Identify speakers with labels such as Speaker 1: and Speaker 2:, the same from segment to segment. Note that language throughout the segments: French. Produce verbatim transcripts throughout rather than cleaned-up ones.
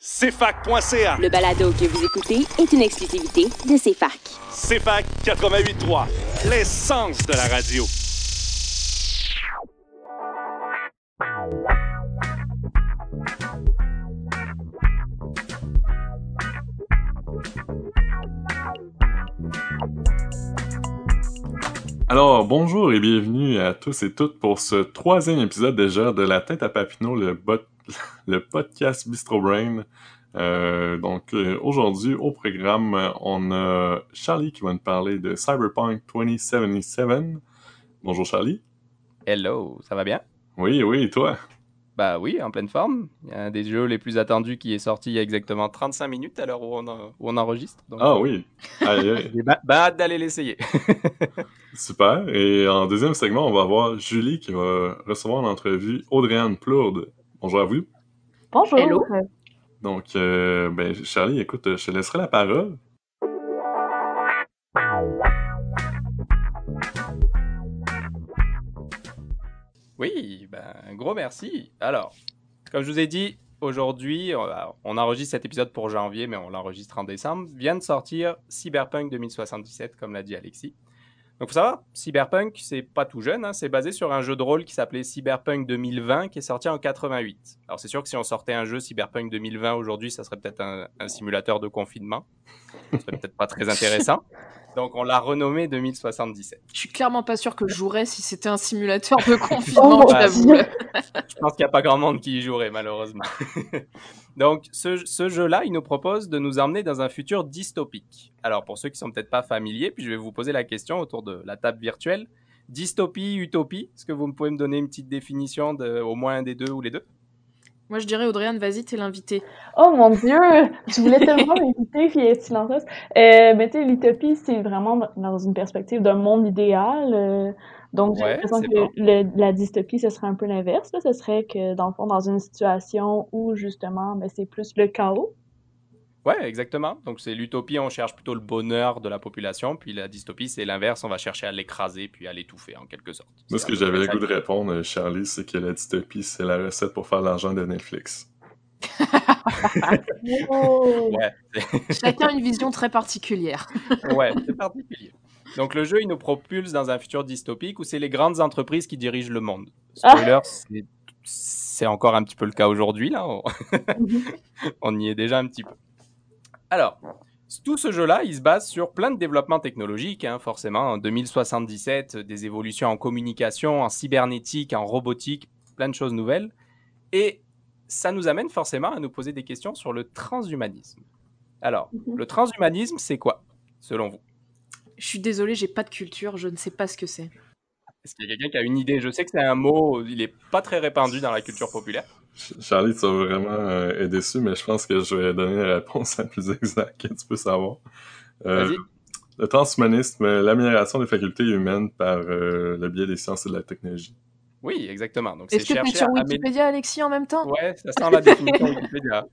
Speaker 1: C F A C point C A.
Speaker 2: Le balado que vous écoutez est une exclusivité de C F A C.
Speaker 1: C F A C quatre-vingt-huit trois, l'essence de la radio.
Speaker 3: Alors, bonjour et bienvenue à tous et toutes pour ce troisième épisode déjà de La Tête à Papineau, le, bot- le podcast Bistro Brain. Euh, donc, euh, aujourd'hui, au programme, on a Charlie qui va nous parler de Cyberpunk vingt soixante-dix-sept. Bonjour Charlie.
Speaker 4: Hello, ça va bien?
Speaker 3: Oui, oui, et toi?
Speaker 4: Bah oui, en pleine forme. Il y a un des jeux les plus attendus qui est sorti il y a exactement trente-cinq minutes à l'heure où on, en- où on enregistre. Donc,
Speaker 3: Ah
Speaker 4: euh,
Speaker 3: oui, aïe, aïe.
Speaker 4: j'ai ba- bah, hâte d'aller l'essayer.
Speaker 3: Super. Et en deuxième segment, on va avoir Julie qui va recevoir en entrevue Audrey-Anne Plourde. Bonjour à vous.
Speaker 5: Bonjour.
Speaker 6: Hello.
Speaker 3: Donc, euh, ben, Charlie, écoute, je te laisserai la parole.
Speaker 4: Oui, ben, un gros merci. Alors, comme je vous ai dit, aujourd'hui, on, on enregistre cet épisode pour janvier, mais on l'enregistre en décembre. Vient de sortir Cyberpunk vingt soixante-dix-sept, comme l'a dit Alexis. Donc, il faut savoir, Cyberpunk, c'est pas tout jeune, hein, c'est basé sur un jeu de rôle qui s'appelait Cyberpunk deux mille vingt, qui est sorti en quatre-vingt-huit. Alors, c'est sûr que si on sortait un jeu Cyberpunk deux mille vingt aujourd'hui, ça serait peut-être un, un simulateur de confinement. Ce serait peut-être pas très intéressant. Donc, on l'a renommé deux mille soixante-dix-sept.
Speaker 6: Je suis clairement pas sûre que je jouerais si c'était un simulateur de confinement,
Speaker 5: Oh,
Speaker 6: je t'avoue.
Speaker 4: Je pense qu'il n'y a pas grand monde qui y jouerait, malheureusement. Donc, ce, ce jeu-là, il nous propose de nous emmener dans un futur dystopique. Alors, pour ceux qui sont peut-être pas familiers, puis je vais vous poser la question autour de la table virtuelle. Dystopie, utopie, est-ce que vous pouvez me donner une petite définition de au moins un des deux ou les deux?
Speaker 6: Moi, je dirais, Audrey-Anne, vas-y, t'es l'invité.
Speaker 5: Oh mon Dieu, je voulais tellement m'inviter puis être silencieuse. Euh, mais tu sais, l'utopie, c'est vraiment dans une perspective d'un monde idéal. euh, donc, j'ai
Speaker 4: Ouais,
Speaker 5: l'impression
Speaker 4: c'est
Speaker 5: que
Speaker 4: bon.
Speaker 5: le- la dystopie, ce serait un peu l'inverse. Là. Ce serait que, dans le fond, dans une situation où, justement, ben, c'est plus le chaos.
Speaker 4: Ouais, exactement. Donc, c'est l'utopie, on cherche plutôt le bonheur de la population, puis la dystopie, c'est l'inverse, on va chercher à l'écraser, puis à l'étouffer, en quelque sorte.
Speaker 3: Moi,
Speaker 4: C'est
Speaker 3: ce
Speaker 4: à
Speaker 3: que
Speaker 4: peu
Speaker 3: j'avais
Speaker 4: près
Speaker 3: le
Speaker 4: ça.
Speaker 3: goût de répondre, Charlie, c'est que la dystopie, c'est la recette pour faire de l'argent de Netflix.
Speaker 5: Oh!
Speaker 4: Ouais,
Speaker 6: Chacun une vision très particulière.
Speaker 4: ouais, c'est particulier. Donc le jeu, il nous propulse dans un futur dystopique où c'est les grandes entreprises qui dirigent le monde. Spoiler, c'est, c'est encore un petit peu le cas aujourd'hui, là. On, on y est déjà un petit peu. Alors, tout ce jeu-là, il se base sur plein de développements technologiques, hein, forcément. En deux mille soixante-dix-sept, des évolutions en communication, en cybernétique, en robotique, plein de choses nouvelles. Et ça nous amène forcément à nous poser des questions sur le transhumanisme. Alors,
Speaker 5: Mhm.
Speaker 4: le transhumanisme, c'est quoi, selon vous?
Speaker 6: Je suis désolée, j'ai pas de culture, je ne sais pas ce que c'est.
Speaker 4: Est-ce qu'il y a quelqu'un qui a une idée? Je sais que c'est un mot, il est pas très répandu dans la culture populaire.
Speaker 3: Ch- Charlie, tu vas vraiment euh, être déçu, mais je pense que je vais donner la réponse la plus exacte que tu peux savoir. Euh,
Speaker 4: Vas-y.
Speaker 3: le transhumanisme, euh, l'amélioration des facultés humaines par euh, le biais des sciences et de la technologie.
Speaker 4: Oui, exactement. Donc, c'est
Speaker 6: Est-ce que t'es
Speaker 4: chercher
Speaker 6: sur
Speaker 4: à améliorer...
Speaker 6: Wikipédia, Alexis, en même temps?
Speaker 4: Ouais, ça sent la définition Wikipédia.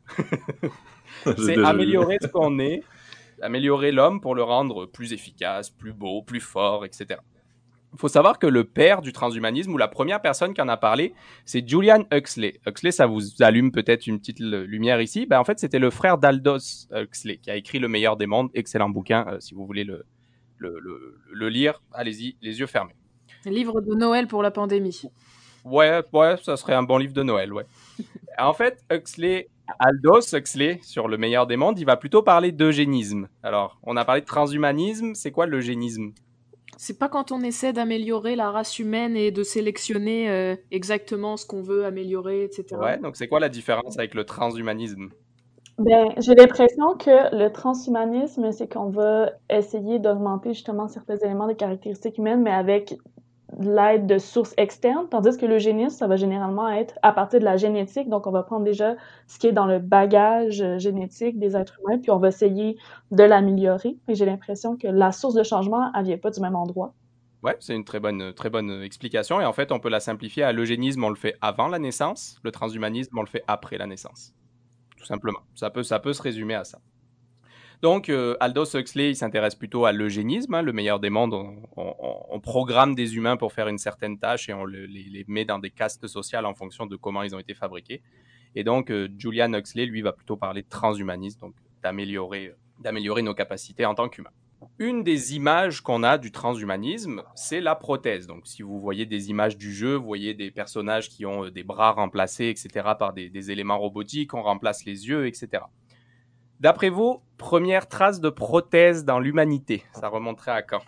Speaker 3: J'ai
Speaker 4: C'est
Speaker 3: déjà
Speaker 4: améliorer
Speaker 3: vu.
Speaker 4: ce qu'on est, améliorer l'homme pour le rendre plus efficace, plus beau, plus fort, et cetera. Il faut savoir que le père du transhumanisme, ou la première personne qui en a parlé, c'est Julian Huxley. Huxley, ça vous allume peut-être une petite lumière ici. Ben, en fait, c'était le frère d'Aldous Huxley, qui a écrit Le meilleur des mondes. Excellent bouquin, euh, si vous voulez le, le, le, le lire. Allez-y, les yeux fermés.
Speaker 6: Livre de Noël pour la pandémie.
Speaker 4: Ouais, ouais, ça serait un bon livre de Noël, ouais. En fait, Huxley, Aldous Huxley, sur Le meilleur des mondes, il va plutôt parler d'eugénisme. Alors, on a parlé de transhumanisme, c'est quoi l'eugénisme?
Speaker 6: C'est pas quand on essaie d'améliorer la race humaine et de sélectionner euh, exactement ce qu'on veut améliorer, et cetera.
Speaker 4: Ouais, donc c'est quoi la différence avec le transhumanisme?
Speaker 5: Ben, j'ai l'impression que le transhumanisme, c'est qu'on va essayer d'augmenter justement certains éléments des caractéristiques humaines, mais avec l'aide de sources externes, tandis que l'eugénisme, ça va généralement être à partir de la génétique. Donc, on va prendre déjà ce qui est dans le bagage euh, génétique des êtres humains, puis on va essayer de l'améliorer. Et j'ai l'impression que la source de changement, elle vient pas du même endroit.
Speaker 4: Ouais, c'est une très bonne, très bonne explication. Et en fait, on peut la simplifier à l'eugénisme, on le fait avant la naissance. Le transhumanisme, on le fait après la naissance. Tout simplement. Ça peut, ça peut se résumer à ça. Donc, euh, Aldous Huxley, il s'intéresse plutôt à l'eugénisme, hein, le meilleur des mondes. On, on, on programme des humains pour faire une certaine tâche et on le, les, les met dans des castes sociales en fonction de comment ils ont été fabriqués. Et donc, euh, Julian Huxley, lui, va plutôt parler de transhumanisme, donc d'améliorer, euh, d'améliorer nos capacités en tant qu'humains. Une des images qu'on a du transhumanisme, c'est la prothèse. Donc, si vous voyez des images du jeu, vous voyez des personnages qui ont des bras remplacés, et cetera, par des, des éléments robotiques, on remplace les yeux, et cetera. D'après vous, première trace de prothèse dans l'humanité, ça remonterait à quand?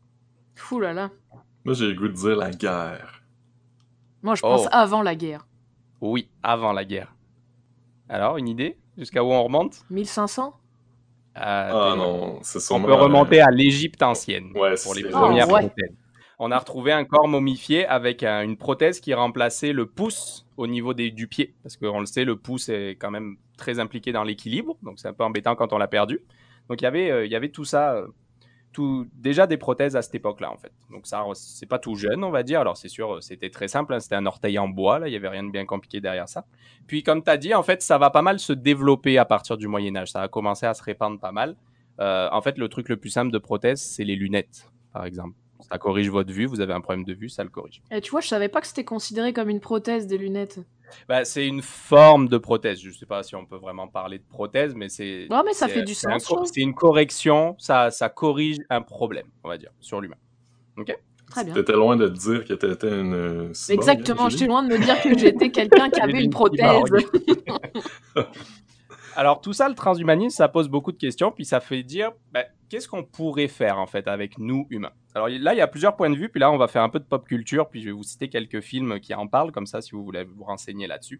Speaker 6: Ouh là là.
Speaker 3: Moi, j'ai le goût de dire la guerre.
Speaker 6: Moi, je pense
Speaker 4: Oh.
Speaker 6: avant la guerre.
Speaker 4: Oui, avant la guerre. Alors, une idée? Jusqu'à où on remonte?
Speaker 6: mille cinq cents?
Speaker 4: Euh,
Speaker 3: Ah non, c'est
Speaker 4: On
Speaker 3: sûrement...
Speaker 4: peut remonter
Speaker 3: euh,
Speaker 4: à l'Égypte ancienne
Speaker 3: Ouais,
Speaker 4: pour les
Speaker 3: c'est-
Speaker 4: premières
Speaker 6: Ah, ouais.
Speaker 4: prothèses. On a retrouvé un corps momifié avec un- une prothèse qui remplaçait le pouce au niveau des, du pied. Parce qu'on le sait, le pouce est quand même très impliqué dans l'équilibre. Donc, c'est un peu embêtant quand on l'a perdu. Donc, il y avait, euh, il y avait tout ça, euh, tout, déjà des prothèses à cette époque-là, en fait. Donc, ça, c'est pas tout jeune, on va dire. Alors, c'est sûr, c'était très simple. Hein, c'était un orteil en bois. Là, il y avait rien de bien compliqué derrière ça. Puis, comme tu as dit, en fait, ça va pas mal se développer à partir du Moyen-Âge. Ça a commencé à se répandre pas mal. Euh, en fait, le truc le plus simple de prothèse, c'est les lunettes, par exemple. Ça corrige votre vue, vous avez un problème de vue, ça le corrige.
Speaker 6: Et tu vois, je savais pas que c'était considéré comme une prothèse des lunettes.
Speaker 4: Bah, c'est une forme de prothèse. Je sais pas si on peut vraiment parler de prothèse, mais c'est...
Speaker 6: Ouais, mais ça
Speaker 4: c'est-
Speaker 6: fait du
Speaker 4: c'est un
Speaker 6: sens,
Speaker 4: co-
Speaker 6: je trouve.
Speaker 4: C'est une correction, ça, ça corrige un problème, on va dire, sur l'humain. Ok?
Speaker 6: Très bien.
Speaker 3: T'étais loin de te dire que t'étais une euh, cyborg,
Speaker 6: Exactement,
Speaker 3: hein,
Speaker 6: j'étais
Speaker 3: Julie?
Speaker 6: loin de me dire que j'étais quelqu'un qui
Speaker 4: Elle
Speaker 6: avait
Speaker 4: est
Speaker 6: une
Speaker 4: une
Speaker 6: prothèse.
Speaker 4: cyborg. Alors, tout ça, le transhumanisme, ça pose beaucoup de questions, puis ça fait dire, ben, qu'est-ce qu'on pourrait faire, en fait, avec nous, humains? Alors là, il y a plusieurs points de vue, puis là, on va faire un peu de pop culture, puis je vais vous citer quelques films qui en parlent, comme ça, si vous voulez vous renseigner là-dessus.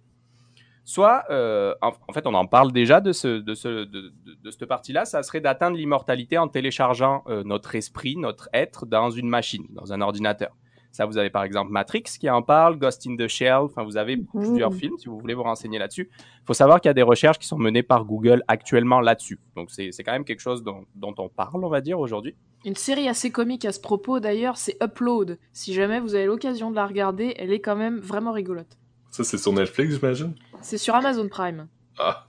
Speaker 4: Soit, euh, en, en fait, on en parle déjà de, ce, de, ce, de, de, de cette partie-là, ça serait d'atteindre l'immortalité en téléchargeant euh, notre esprit, notre être, dans une machine, dans un ordinateur. Ça, vous avez par exemple Matrix qui en parle, Ghost in the Shell, enfin, vous avez
Speaker 5: Mhm.
Speaker 4: plusieurs films, si vous voulez vous renseigner là-dessus. Il faut savoir qu'il y a des recherches qui sont menées par Google actuellement là-dessus. Donc, c'est, c'est quand même quelque chose dont, dont on parle, on va dire, aujourd'hui.
Speaker 6: Une série assez comique à ce propos, d'ailleurs, c'est Upload. Si jamais vous avez l'occasion de la regarder, elle est quand même vraiment rigolote.
Speaker 3: Ça, c'est sur Netflix, j'imagine?
Speaker 6: C'est sur Amazon Prime.
Speaker 3: Ah,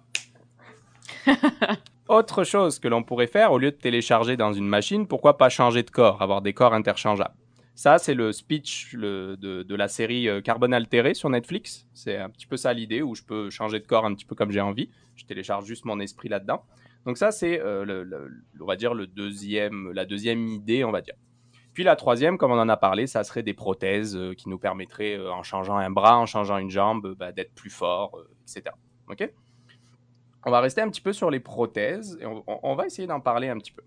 Speaker 4: Autre chose que l'on pourrait faire, au lieu de télécharger dans une machine, pourquoi pas changer de corps, avoir des corps interchangeables? Ça, c'est le speech le, de, de la série euh, Carbone Altéré sur Netflix. C'est un petit peu ça l'idée, où je peux changer de corps un petit peu comme j'ai envie. Je télécharge juste mon esprit là-dedans. Donc ça, c'est, euh, le, le, on va dire, le deuxième, la deuxième idée, on va dire. Puis la troisième, comme on en a parlé, ça serait des prothèses euh, qui nous permettraient, euh, en changeant un bras, en changeant une jambe, euh, bah, d'être plus fort, euh, et cetera. OK? On va rester un petit peu sur les prothèses et on, on va essayer d'en parler un petit peu.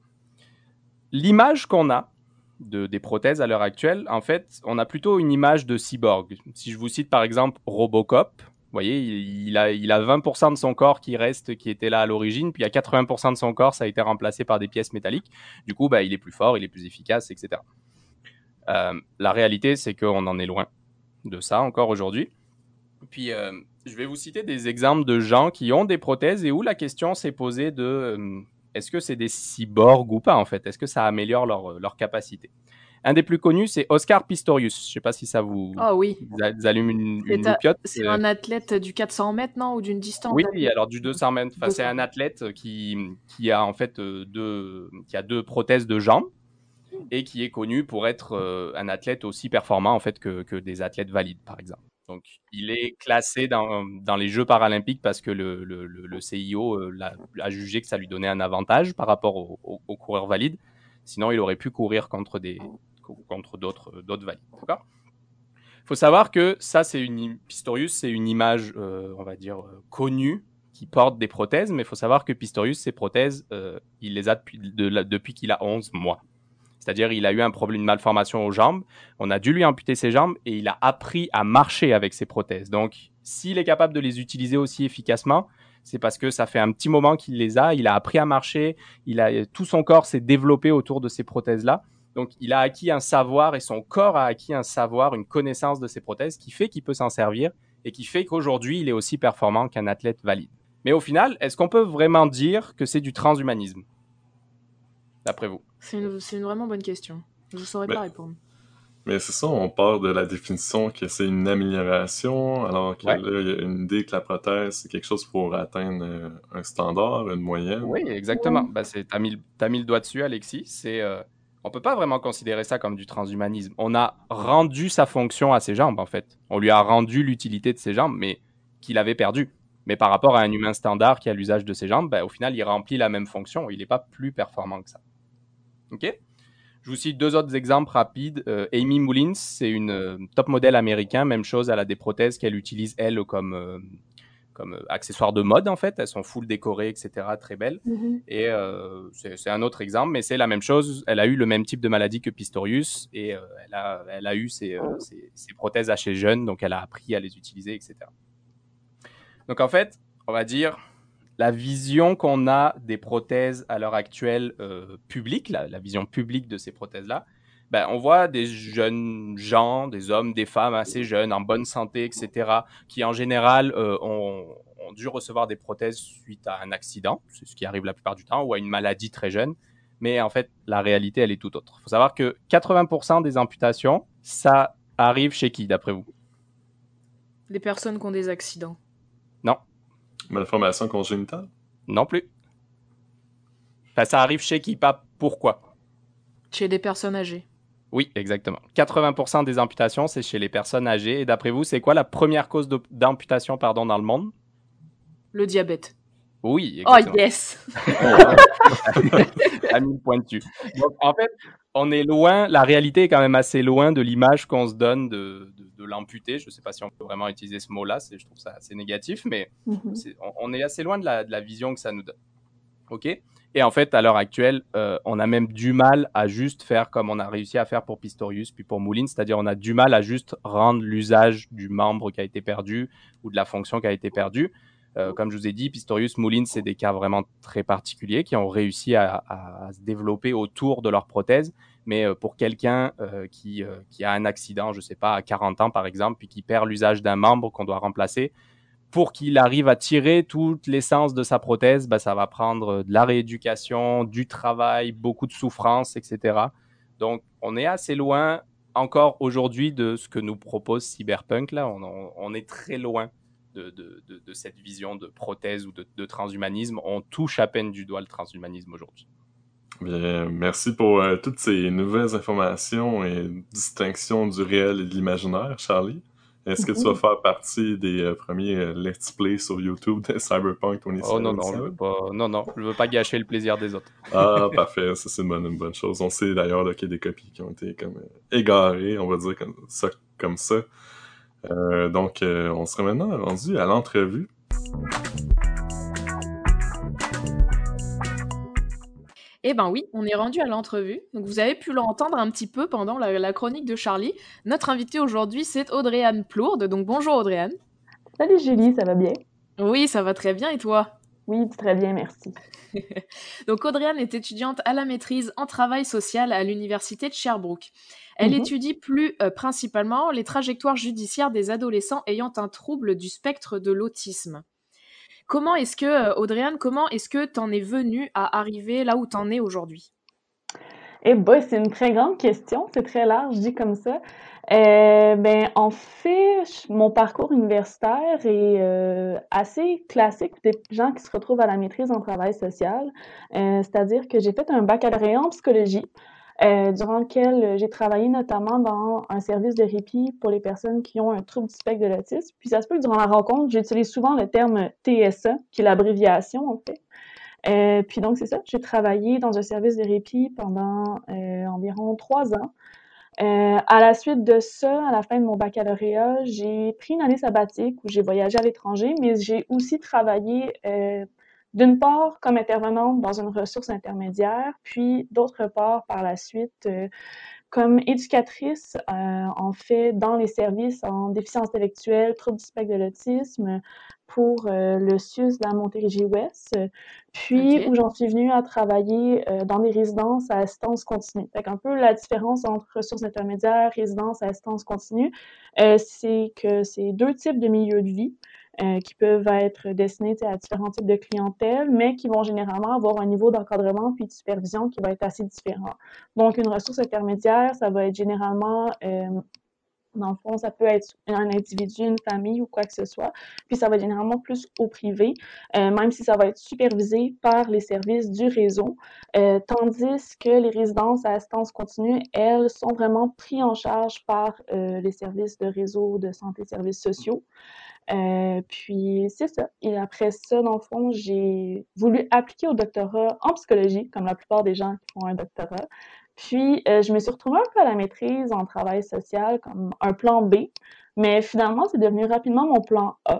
Speaker 4: L'image qu'on a de, des prothèses à l'heure actuelle, en fait, on a plutôt une image de cyborg. Si je vous cite par exemple Robocop, vous voyez, il, il, a, il a vingt pour cent de son corps qui reste, qui était là à l'origine, puis il y a quatre-vingts pour cent de son corps, ça a été remplacé par des pièces métalliques. Du coup, bah, il est plus fort, il est plus efficace, et cetera. Euh, la réalité, c'est qu'on en est loin de ça encore aujourd'hui. Puis, euh, je vais vous citer des exemples de gens qui ont des prothèses et où la question s'est posée de euh, est-ce que c'est des cyborgs ou pas, en fait? Est-ce que ça améliore leur, leur capacité? Un des plus connus, c'est Oscar Pistorius. Je ne sais pas si ça vous,
Speaker 6: Ah oui.
Speaker 4: vous a- vous allume une, une
Speaker 6: C'est, un-
Speaker 4: loupiote.
Speaker 6: c'est
Speaker 4: Euh,
Speaker 6: un athlète du quatre cents mètres, non? Ou d'une distance?
Speaker 4: Oui, alors du deux cents mètres. Enfin, c'est
Speaker 6: deux cents.
Speaker 4: un athlète qui, qui a en fait euh, deux, qui a deux prothèses de jambes et qui est connu pour être euh, un athlète aussi performant en fait que, que des athlètes valides, par exemple. Donc, il est classé dans, dans les Jeux paralympiques parce que le, le, le, le C I O euh, l'a, a jugé que ça lui donnait un avantage par rapport aux au, au coureurs valides. Sinon, il aurait pu courir contre, des, contre d'autres, d'autres valides. D'accord ? Il faut savoir que ça, c'est une Pistorius, c'est une image, euh, on va dire, euh, connue qui porte des prothèses, mais il faut savoir que Pistorius, ses prothèses, euh, il les a depuis, de la, depuis qu'il a onze mois. C'est-à-dire, il a eu un problème, une malformation aux jambes. On a dû lui amputer ses jambes et il a appris à marcher avec ses prothèses. Donc, s'il est capable de les utiliser aussi efficacement, c'est parce que ça fait un petit moment qu'il les a. Il a appris à marcher. Il a, tout son corps s'est développé autour de ces prothèses-là. Donc, il a acquis un savoir et son corps a acquis un savoir, une connaissance de ces prothèses qui fait qu'il peut s'en servir et qui fait qu'aujourd'hui, il est aussi performant qu'un athlète valide. Mais au final, est-ce qu'on peut vraiment dire que c'est du transhumanisme, d'après vous?
Speaker 6: C'est une, c'est une vraiment bonne question. Je ne saurais
Speaker 3: Mais-
Speaker 6: pas répondre.
Speaker 3: mais c'est ça, on part de la définition que c'est une amélioration, alors que
Speaker 4: Ouais.
Speaker 3: là, il y a une idée que la prothèse, c'est quelque chose pour atteindre euh, un standard, une moyenne.
Speaker 4: Oui, exactement.
Speaker 5: Ouais.
Speaker 4: Bah, c'est, t'as, mis, le- t'as mis le doigt dessus, Alexis. C'est, euh, on peut pas vraiment considérer ça comme du transhumanisme. On a rendu sa fonction à ses jambes, en fait. On lui a rendu l'utilité de ses jambes, mais qu'il avait perdu. Mais par rapport à un humain standard qui a l'usage de ses jambes, bah, au final, il remplit la même fonction. Il n'est pas plus performant que ça. OK ? Je vous cite deux autres exemples rapides. Euh, Amy Mullins, c'est une euh, top modèle américain. Même chose, elle a des prothèses qu'elle utilise, elle, comme, euh, comme euh, accessoire de mode, en fait. Elles sont full décorées, et cetera. Très belles.
Speaker 5: Mhm.
Speaker 4: Et euh, c'est, c'est un autre exemple, mais c'est la même chose. Elle a eu le même type de maladie que Pistorius et euh, elle, a, elle a eu ses, euh, ses, ses prothèses assez jeunes, donc elle a appris à les utiliser, et cetera. Donc en fait, on va dire, la vision qu'on a des prothèses à l'heure actuelle euh, publique, la, la vision publique de ces prothèses-là, ben, on voit des jeunes gens, des hommes, des femmes assez jeunes, en bonne santé, et cetera, qui en général euh, ont, ont dû recevoir des prothèses suite à un accident, c'est ce qui arrive la plupart du temps, ou à une maladie très jeune. Mais en fait, la réalité, elle est tout autre. Il faut savoir que quatre-vingts pour cent des amputations, ça arrive chez qui, d'après vous?
Speaker 6: Les personnes qui ont des accidents.
Speaker 4: Non.
Speaker 3: Malformation congénitale?
Speaker 4: Non plus. Enfin, ça arrive chez qui? Pas pourquoi?
Speaker 6: Chez des personnes âgées.
Speaker 4: Oui, exactement. quatre-vingts pour cent des amputations, c'est chez les personnes âgées. Et d'après vous, c'est quoi la première cause de- d'amputation pardon, dans le monde?
Speaker 6: Le diabète.
Speaker 4: Oui,
Speaker 6: Oh
Speaker 4: exactement.
Speaker 6: yes!
Speaker 4: À mille points dessus. Donc, en fait, on est loin, la réalité est quand même assez loin de l'image qu'on se donne de, de, de l'amputé. Je ne sais pas si on peut vraiment utiliser ce mot-là, c'est, je trouve ça assez négatif, mais
Speaker 5: Mhm.
Speaker 4: c'est, on, on est assez loin de la, de la vision que ça nous donne. OK? Et en fait, à l'heure actuelle, euh, on a même du mal à juste faire comme on a réussi à faire pour Pistorius puis pour Mullins, c'est-à-dire on a du mal à juste rendre l'usage du membre qui a été perdu ou de la fonction qui a été perdue. Euh, comme je vous ai dit, Pistorius, Mullins, c'est des cas vraiment très particuliers qui ont réussi à, à, à se développer autour de leur prothèse. Mais euh, pour quelqu'un euh, qui, euh, qui a un accident, je ne sais pas, à quarante ans par exemple, puis qui perd l'usage d'un membre qu'on doit remplacer, pour qu'il arrive à tirer toute l'essence de sa prothèse, bah, ça va prendre de la rééducation, du travail, beaucoup de souffrance, et cetera. Donc, on est assez loin encore aujourd'hui de ce que nous propose Cyberpunk. Là. On, on, on est très loin de, de, de, de cette vision de prothèse ou de, de transhumanisme. On touche à peine du doigt le transhumanisme aujourd'hui.
Speaker 3: Bien, merci pour euh, toutes ces nouvelles informations et distinctions du réel et de l'imaginaire, Charlie. Est-ce que tu vas faire partie des euh, premiers euh, let's play sur YouTube de Cyberpunk deux mille
Speaker 4: Oh non,
Speaker 3: soixante-dix-sept?
Speaker 4: non, je veux pas, non, non, je veux pas gâcher le plaisir des autres.
Speaker 3: Ah, parfait, ça c'est une bonne, une bonne chose. On sait d'ailleurs là, qu'il y a des copies qui ont été comme euh, égarées, on va dire comme ça. Comme ça. Euh, donc, euh, on serait maintenant rendu à l'entrevue.
Speaker 6: Eh ben oui, on est rendu à l'entrevue. Donc vous avez pu l'entendre un petit peu pendant la, la chronique de Charlie. Notre invitée aujourd'hui, c'est Audrey-Anne Plourde. Donc bonjour Audrey-Anne.
Speaker 5: Salut Julie, ça va bien?
Speaker 6: Oui, ça va très bien et toi?
Speaker 5: Oui, très bien, merci.
Speaker 6: Donc Audrey-Anne est étudiante à la maîtrise en travail social à l'université de Sherbrooke. Elle
Speaker 5: Mhm.
Speaker 6: étudie plus euh, principalement les trajectoires judiciaires des adolescents ayant un trouble du spectre de l'autisme. Comment est-ce que, euh, Audrey-Anne, comment est-ce que t'en es venue à arriver là où t'en es aujourd'hui?
Speaker 5: Eh boy, c'est une très grande question, c'est très large, dit comme ça. Euh, ben, en fait, je- mon parcours universitaire est euh, assez classique des gens qui se retrouvent à la maîtrise en travail social. Euh, c'est-à-dire que j'ai fait un baccalauréat en psychologie, euh, durant lequel euh, j'ai travaillé notamment dans un service de répit pour les personnes qui ont un trouble du spectre de l'autisme. Puis ça se peut que durant la rencontre, j'utilise souvent le terme T S A, qui est l'abréviation en fait. Euh, puis donc, c'est ça, j'ai travaillé dans un service de répit pendant euh, environ trois ans. Euh, à la suite de ça, à la fin de mon baccalauréat, j'ai pris une année sabbatique où j'ai voyagé à l'étranger, mais j'ai aussi travaillé euh, d'une part comme intervenante dans une ressource intermédiaire, puis d'autre part par la suite euh, comme éducatrice, euh, en fait, dans les services en déficience intellectuelle, troubles du spectre de l'autisme pour euh, le C U S de la Montérégie-Ouest, puis
Speaker 6: Ok.
Speaker 5: où j'en suis venue à travailler euh, dans des résidences à assistance continue. Fait qu'un peu la différence entre ressources intermédiaires, résidence à assistance continue, euh, c'est que c'est deux types de milieux de vie. Euh, qui peuvent être destinés à différents types de clientèle, mais qui vont généralement avoir un niveau d'encadrement puis de supervision qui va être assez différent. Donc, une ressource intermédiaire, ça va être généralement, euh, dans le fond, ça peut être un individu, une famille ou quoi que ce soit. Puis, ça va être généralement plus au privé, euh, même si ça va être supervisé par les services du réseau. Euh, tandis que les résidences à assistance continue, elles, sont vraiment prises en charge par euh, les services de réseau de santé, services sociaux. Euh, puis c'est ça. Et après ça, dans le fond, j'ai voulu appliquer au doctorat en psychologie, comme la plupart des gens qui font un doctorat. Puis euh, je me suis retrouvée un peu à la maîtrise en travail social comme un plan B, mais finalement, c'est devenu rapidement mon plan A.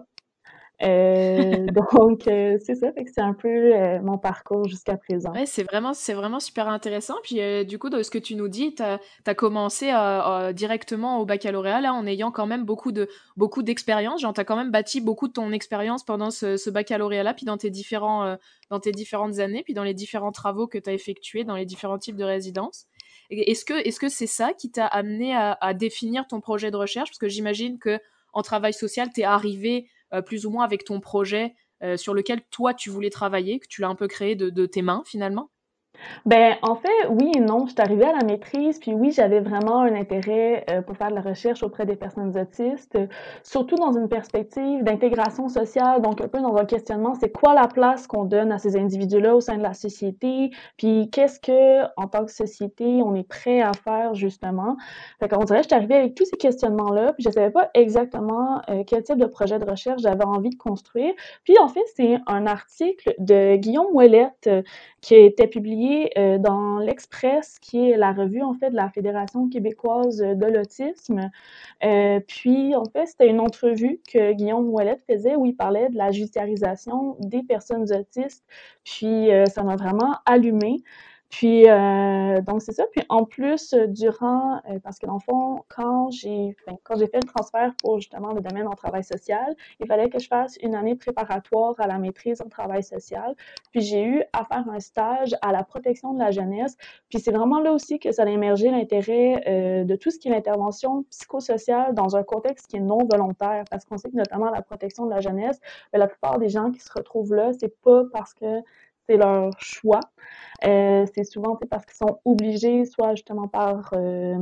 Speaker 5: Euh, donc, euh, c'est ça, fait que c'est un peu euh, mon parcours jusqu'à présent.
Speaker 6: Ouais, c'est vraiment, c'est vraiment super intéressant. Puis euh, du coup, de ce que tu nous dis, tu as commencé euh, euh, directement au baccalauréat, là, en ayant quand même beaucoup de, beaucoup d'expérience. Genre, tu as quand même bâti beaucoup de ton expérience pendant ce, ce baccalauréat-là, puis dans tes, différents, euh, dans tes différentes années, puis dans les différents travaux que tu as effectués, dans les différents types de résidences. Et Est-ce que, est-ce que c'est ça qui t'a amené à, à définir ton projet de recherche? Parce que j'imagine que en travail social, tu es arrivé euh, plus ou moins avec ton projet euh, sur lequel toi tu voulais travailler, que tu l'as un peu créé de, de tes mains finalement?
Speaker 5: Ben, en fait, oui et non. Je suis arrivée à la maîtrise, puis oui, j'avais vraiment un intérêt euh, pour faire de la recherche auprès des personnes autistes, euh, surtout dans une perspective d'intégration sociale, donc un peu dans un questionnement, c'est quoi la place qu'on donne à ces individus-là au sein de la société, puis qu'est-ce que, en tant que société, on est prêt à faire justement. Fait qu'on dirait, je suis arrivée avec tous ces questionnements-là, puis je savais pas exactement euh, quel type de projet de recherche j'avais envie de construire. Puis en fait, c'est un article de Guillaume Ouellette euh, qui a été publié euh, dans l'Express, qui est la revue en fait de la Fédération québécoise de l'autisme. Euh, puis en fait, c'était une entrevue que Guillaume Ouellette faisait où il parlait de la judiciarisation des personnes autistes. Puis euh, ça m'a vraiment allumée. Puis euh, donc c'est ça. Puis en plus, euh, durant, euh, parce que dans le fond, quand j'ai enfin, quand j'ai fait le transfert pour justement le domaine en travail social, il fallait que je fasse une année préparatoire à la maîtrise en travail social. Puis j'ai eu à faire un stage à la protection de la jeunesse. Puis c'est vraiment là aussi que ça a émergé l'intérêt euh, de tout ce qui est l'intervention psychosociale dans un contexte qui est non volontaire. Parce qu'on sait que notamment la protection de la jeunesse, bien, la plupart des gens qui se retrouvent là, c'est pas parce que c'est leur choix. Euh, c'est souvent parce qu'ils sont obligés, soit justement par euh,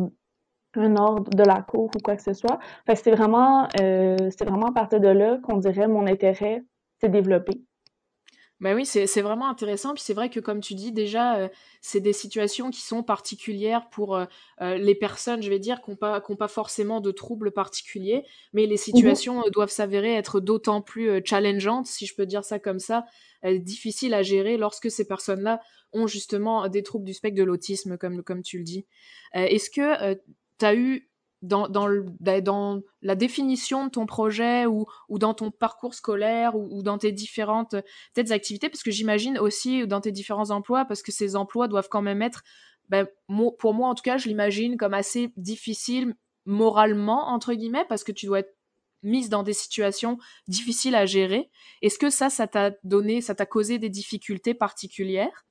Speaker 5: un ordre de la cour ou quoi que ce soit. Fait que c'est vraiment, euh, c'est vraiment à partir de là qu'on dirait mon intérêt s'est développé.
Speaker 6: Ben oui, c'est c'est vraiment intéressant. Puis c'est vrai que comme tu dis, déjà, euh, c'est des situations qui sont particulières pour euh, euh, les personnes, je vais dire, qui n'ont pas, qui ont pas forcément de troubles particuliers, mais les
Speaker 5: Mhm.
Speaker 6: situations euh, doivent s'avérer être d'autant plus euh, challengeantes, si je peux dire ça comme ça, euh, difficiles à gérer lorsque ces personnes-là ont justement des troubles du spectre de l'autisme, comme, comme tu le dis. Euh, est-ce que tu as eu dans, dans, le- dans la définition de ton projet ou, ou dans ton parcours scolaire ou, ou dans tes différentes peut-être activités, parce que j'imagine aussi dans tes différents emplois, parce que ces emplois doivent quand même être, ben, mo- pour moi en tout cas, je l'imagine comme assez difficile moralement, entre guillemets, parce que tu dois être mise dans des situations difficiles à gérer. Est-ce que ça, ça t'a donné, ça t'a causé des difficultés particulières?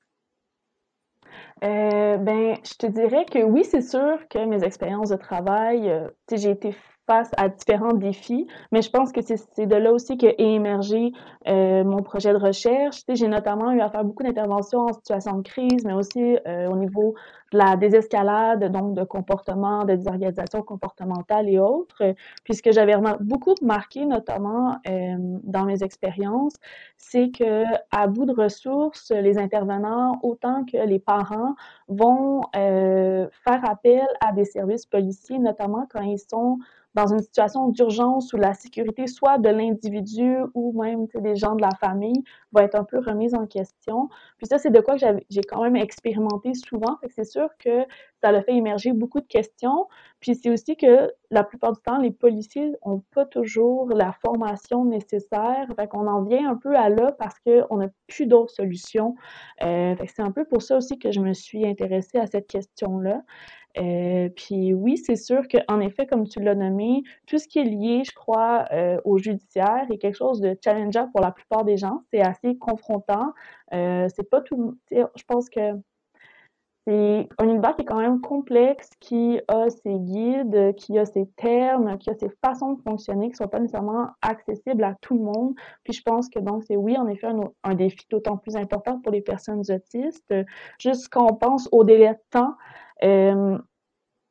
Speaker 5: Euh, ben, je te dirais que oui, c'est sûr que mes expériences de travail, euh, tu sais, j'ai été face à différents défis, mais je pense que c'est c'est de là aussi qu'est émergé euh, mon projet de recherche. Tu sais, j'ai notamment eu à faire beaucoup d'interventions en situation de crise, mais aussi euh, au niveau de la désescalade, donc de comportement, de désorganisation comportementale et autres. Puisque j'avais remar- beaucoup remarqué, notamment euh, dans mes expériences, c'est que à bout de ressources, les intervenants, autant que les parents, vont euh, faire appel à des services policiers, notamment quand ils sont dans une situation d'urgence où la sécurité, soit de l'individu ou même des gens de la famille, va être un peu remise en question. Puis ça, c'est de quoi que j'ai quand même expérimenté souvent. Fait que c'est sûr que ça a fait émerger beaucoup de questions. Puis c'est aussi que la plupart du temps, les policiers ont pas toujours la formation nécessaire. Fait qu'on en vient un peu à là parce qu'on n'a plus d'autres solutions. Euh, fait que c'est un peu pour ça aussi que je me suis intéressée à cette question-là. Euh, puis oui, c'est sûr qu'en effet, comme tu l'as nommé, tout ce qui est lié, je crois, euh, au judiciaire est quelque chose de challengeant pour la plupart des gens. C'est assez confrontant. Euh, c'est pas tout. Je pense que c'est un univers qui est quand même complexe, qui a ses guides, qui a ses termes, qui a ses façons de fonctionner qui sont pas nécessairement accessibles à tout le monde. Puis je pense que donc c'est oui, en effet, un, un défi d'autant plus important pour les personnes autistes. Juste quand on pense au délai de temps, euh,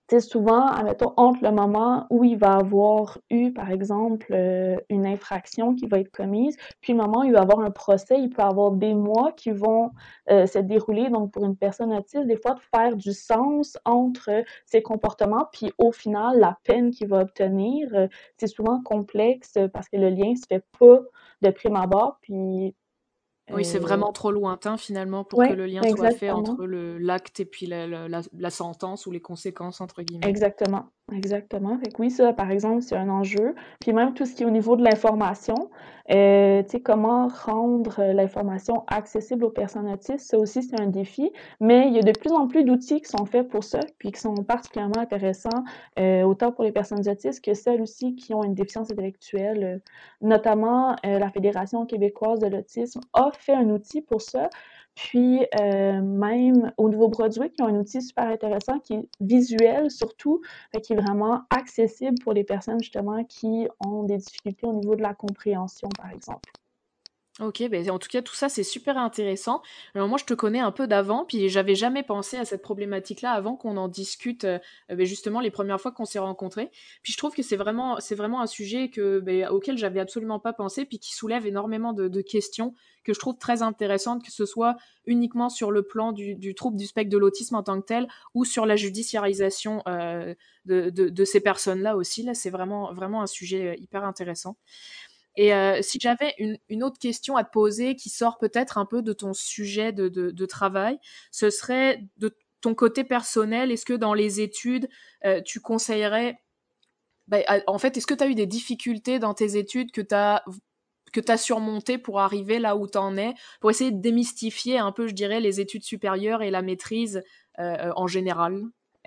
Speaker 5: Tu sais, souvent, admettons, entre le moment où il va avoir eu, par exemple, euh, une infraction qui va être commise, puis le moment où il va avoir un procès, il peut avoir des mois qui vont euh, se dérouler. Donc, pour une personne autiste, des fois, de faire du sens entre euh, ses comportements, puis au final, la peine qu'il va obtenir, euh, c'est souvent complexe euh, parce que le lien se fait pas de prime abord, puis...
Speaker 6: Oui, c'est
Speaker 5: Euh,
Speaker 6: vraiment trop lointain finalement pour que
Speaker 5: ouais,
Speaker 6: le lien soit fait
Speaker 5: exactement.
Speaker 6: entre le l'acte et puis la, la, la- la sentence ou les conséquences entre guillemets.
Speaker 5: Exactement, exactement. Fait que oui, ça, par exemple, c'est un enjeu. Puis même tout ce qui est au niveau de l'information, euh, tu sais, comment rendre euh, l'information accessible aux personnes autistes, ça aussi, c'est un défi. Mais il y a de plus en plus d'outils qui sont faits pour ça, puis qui sont particulièrement intéressants, euh, autant pour les personnes autistes que celles aussi qui ont une déficience intellectuelle. Euh, Notamment, euh, la Fédération québécoise de l'autisme a fait un outil pour ça. Puis, euh, même au Nouveau-Brunswick, ils ont un outil super intéressant qui est visuel surtout, fait qui est vraiment accessible pour les personnes justement qui ont des difficultés au niveau de la compréhension, par exemple.
Speaker 6: Ok, ben en tout cas, tout ça, c'est super intéressant. Alors moi, je te connais un peu d'avant, puis j'avais jamais pensé à cette problématique-là avant qu'on en discute, euh, ben justement, les premières fois qu'on s'est rencontrés. Puis je trouve que c'est vraiment, c'est vraiment un sujet que, ben, auquel j'avais absolument pas pensé, puis qui soulève énormément de, de questions que je trouve très intéressantes, que ce soit uniquement sur le plan du, du trouble du spectre de l'autisme en tant que tel, ou sur la judiciarisation euh, de, de, de ces personnes-là aussi. Là, c'est vraiment, vraiment un sujet euh, hyper intéressant. Et euh, si j'avais une, une autre question à te poser qui sort peut-être un peu de ton sujet de, de, de travail, ce serait de ton côté personnel. Est-ce que dans les études, euh, tu conseillerais... Ben, en fait, est-ce que tu as eu des difficultés dans tes études que tu as que tu as surmonté pour arriver là où tu en es, pour essayer de démystifier un peu, je dirais, les études supérieures et la maîtrise euh, en général?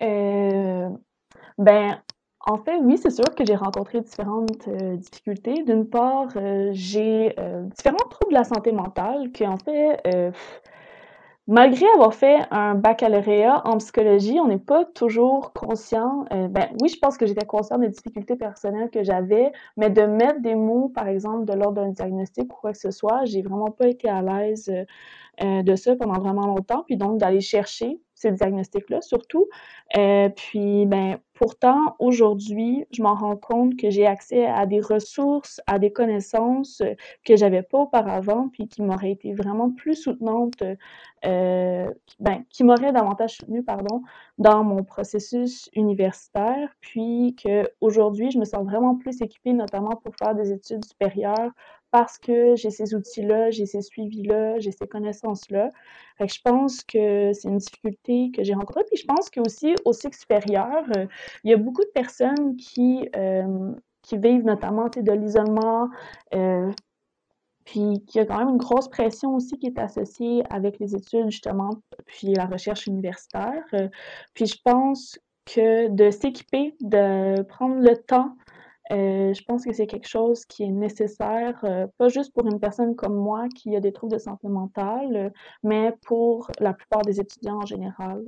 Speaker 5: Euh, ben, en fait, oui, c'est sûr que j'ai rencontré différentes euh, difficultés. D'une part, euh, j'ai euh, différents troubles de la santé mentale qui, en fait, euh, malgré avoir fait un baccalauréat en psychologie, on n'est pas toujours conscient. Euh, ben oui, je pense que j'étais consciente des difficultés personnelles que j'avais, mais de mettre des mots, par exemple, de l'ordre d'un diagnostic ou quoi que ce soit, j'ai vraiment pas été à l'aise euh, euh, de ça pendant vraiment longtemps, puis donc d'aller chercher ces diagnostics-là surtout. Euh, puis, ben, pourtant, aujourd'hui, je m'en rends compte que j'ai accès à des ressources, à des connaissances euh, que j'avais pas auparavant, puis qui m'auraient été vraiment plus soutenantes, euh, ben, qui m'auraient davantage soutenue, pardon, dans mon processus universitaire, puis que aujourd'hui, je me sens vraiment plus équipée, notamment pour faire des études supérieures, parce que j'ai ces outils-là, j'ai ces suivis-là, j'ai ces connaissances-là. Fait que je pense que c'est une difficulté que j'ai rencontrée. Puis je pense qu'aussi, au cycle supérieur, euh, il y a beaucoup de personnes qui, euh, qui vivent notamment de l'isolement, euh, puis qu'il y a quand même une grosse pression aussi qui est associée avec les études, justement, puis la recherche universitaire. Euh, Puis je pense que de s'équiper, de prendre le temps euh, je pense que c'est quelque chose qui est nécessaire, euh, pas juste pour une personne comme moi qui a des troubles de santé mentale, euh, mais pour la plupart des étudiants en général.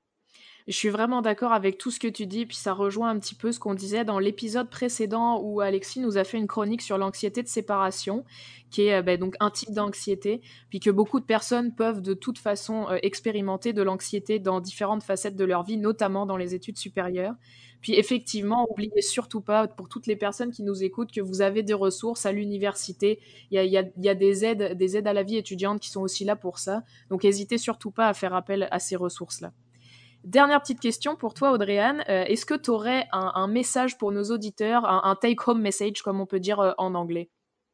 Speaker 6: Je suis vraiment d'accord avec tout ce que tu dis, puis ça rejoint un petit peu ce qu'on disait dans l'épisode précédent où Alexis nous a fait une chronique sur l'anxiété de séparation, qui est euh, ben, donc un type d'anxiété, puis que beaucoup de personnes peuvent de toute façon euh, expérimenter de l'anxiété dans différentes facettes de leur vie, notamment dans les études supérieures. Puis effectivement, n'oubliez surtout pas, pour toutes les personnes qui nous écoutent, que vous avez des ressources à l'université. Il y a, il y a, il y a des aides, des aides à la vie étudiante qui sont aussi là pour ça. Donc n'hésitez surtout pas à faire appel à ces ressources-là. Dernière petite question pour toi, Audrey-Anne. Euh, est-ce que tu aurais un, un message pour nos auditeurs, un, un take-home message, comme on peut dire euh, en anglais?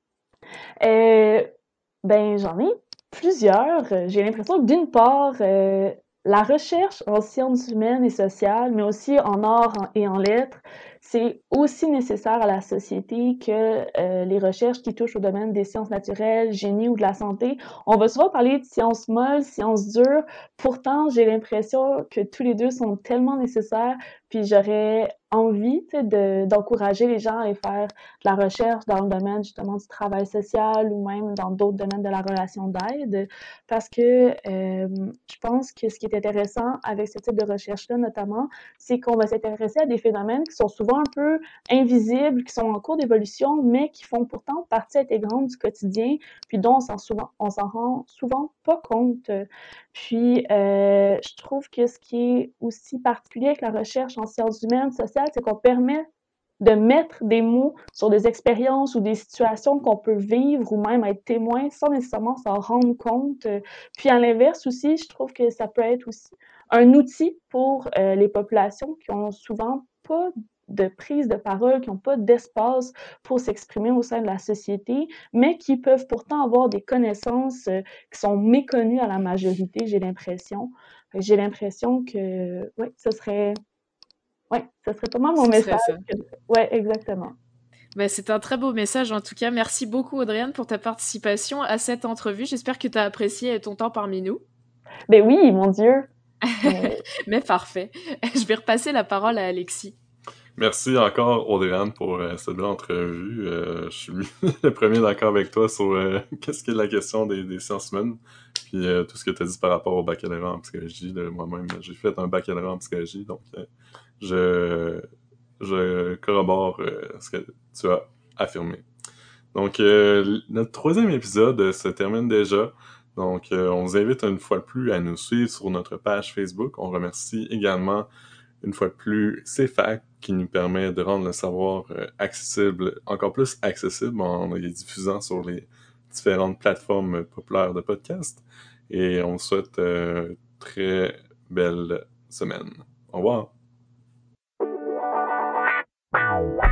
Speaker 5: Euh, ben, j'en ai plusieurs. J'ai l'impression que d'une part, euh, la recherche en sciences humaines et sociales, mais aussi en arts et en lettres, c'est aussi nécessaire à la société que euh, les recherches qui touchent au domaine des sciences naturelles, génie ou de la santé. On va souvent parler de sciences molles, sciences dures. Pourtant, j'ai l'impression que tous les deux sont tellement nécessaires. Puis j'aurais envie de, d'encourager les gens à aller faire de la recherche dans le domaine justement du travail social ou même dans d'autres domaines de la relation d'aide, parce que euh, je pense que ce qui est intéressant avec ce type de recherche-là notamment, c'est qu'on va s'intéresser à des phénomènes qui sont souvent voit un peu invisibles, qui sont en cours d'évolution, mais qui font pourtant partie intégrante du quotidien, puis dont on s'en souvent, on s'en rend souvent pas compte. Puis, euh, je trouve que ce qui est aussi particulier avec la recherche en sciences humaines, sociales, c'est qu'on permet de mettre des mots sur des expériences ou des situations qu'on peut vivre ou même être témoin sans nécessairement s'en rendre compte. Puis à l'inverse aussi, je trouve que ça peut être aussi un outil pour euh, les populations qui ont souvent pas de prise de parole, qui n'ont pas d'espace pour s'exprimer au sein de la société, mais qui peuvent pourtant avoir des connaissances euh, qui sont méconnues à la majorité, j'ai l'impression. J'ai l'impression que, oui, ce serait oui, ça serait pas mal mon
Speaker 6: Ce
Speaker 5: message.
Speaker 6: serait ça.
Speaker 5: Que... Oui, exactement.
Speaker 6: Ben, c'est un très beau message en tout cas. Merci beaucoup Audrey-Anne pour ta participation à cette entrevue. J'espère que tu as apprécié ton temps parmi nous.
Speaker 5: Ben oui, mon Dieu.
Speaker 6: Mais... Mais parfait. Je vais repasser la parole à Alexis.
Speaker 3: Merci encore Audrey-Anne pour euh, cette belle entrevue. Euh, je suis le premier d'accord avec toi sur euh, qu'est-ce qui est la question des, des sciences humaines. Puis euh, tout ce que tu as dit par rapport au baccalauréat en psychologie. Là, moi-même, j'ai fait un baccalauréat en psychologie, donc euh, je, je corrobore euh, ce que tu as affirmé. Donc, euh, notre troisième épisode se termine déjà. Donc, euh, on vous invite une fois de plus à nous suivre sur notre page Facebook. On remercie également une fois de plus C F A C qui nous permet de rendre le savoir euh, accessible, encore plus accessible en les diffusant sur les différentes plateformes populaires de podcast. Et on vous souhaite euh, très belle semaine. Au revoir!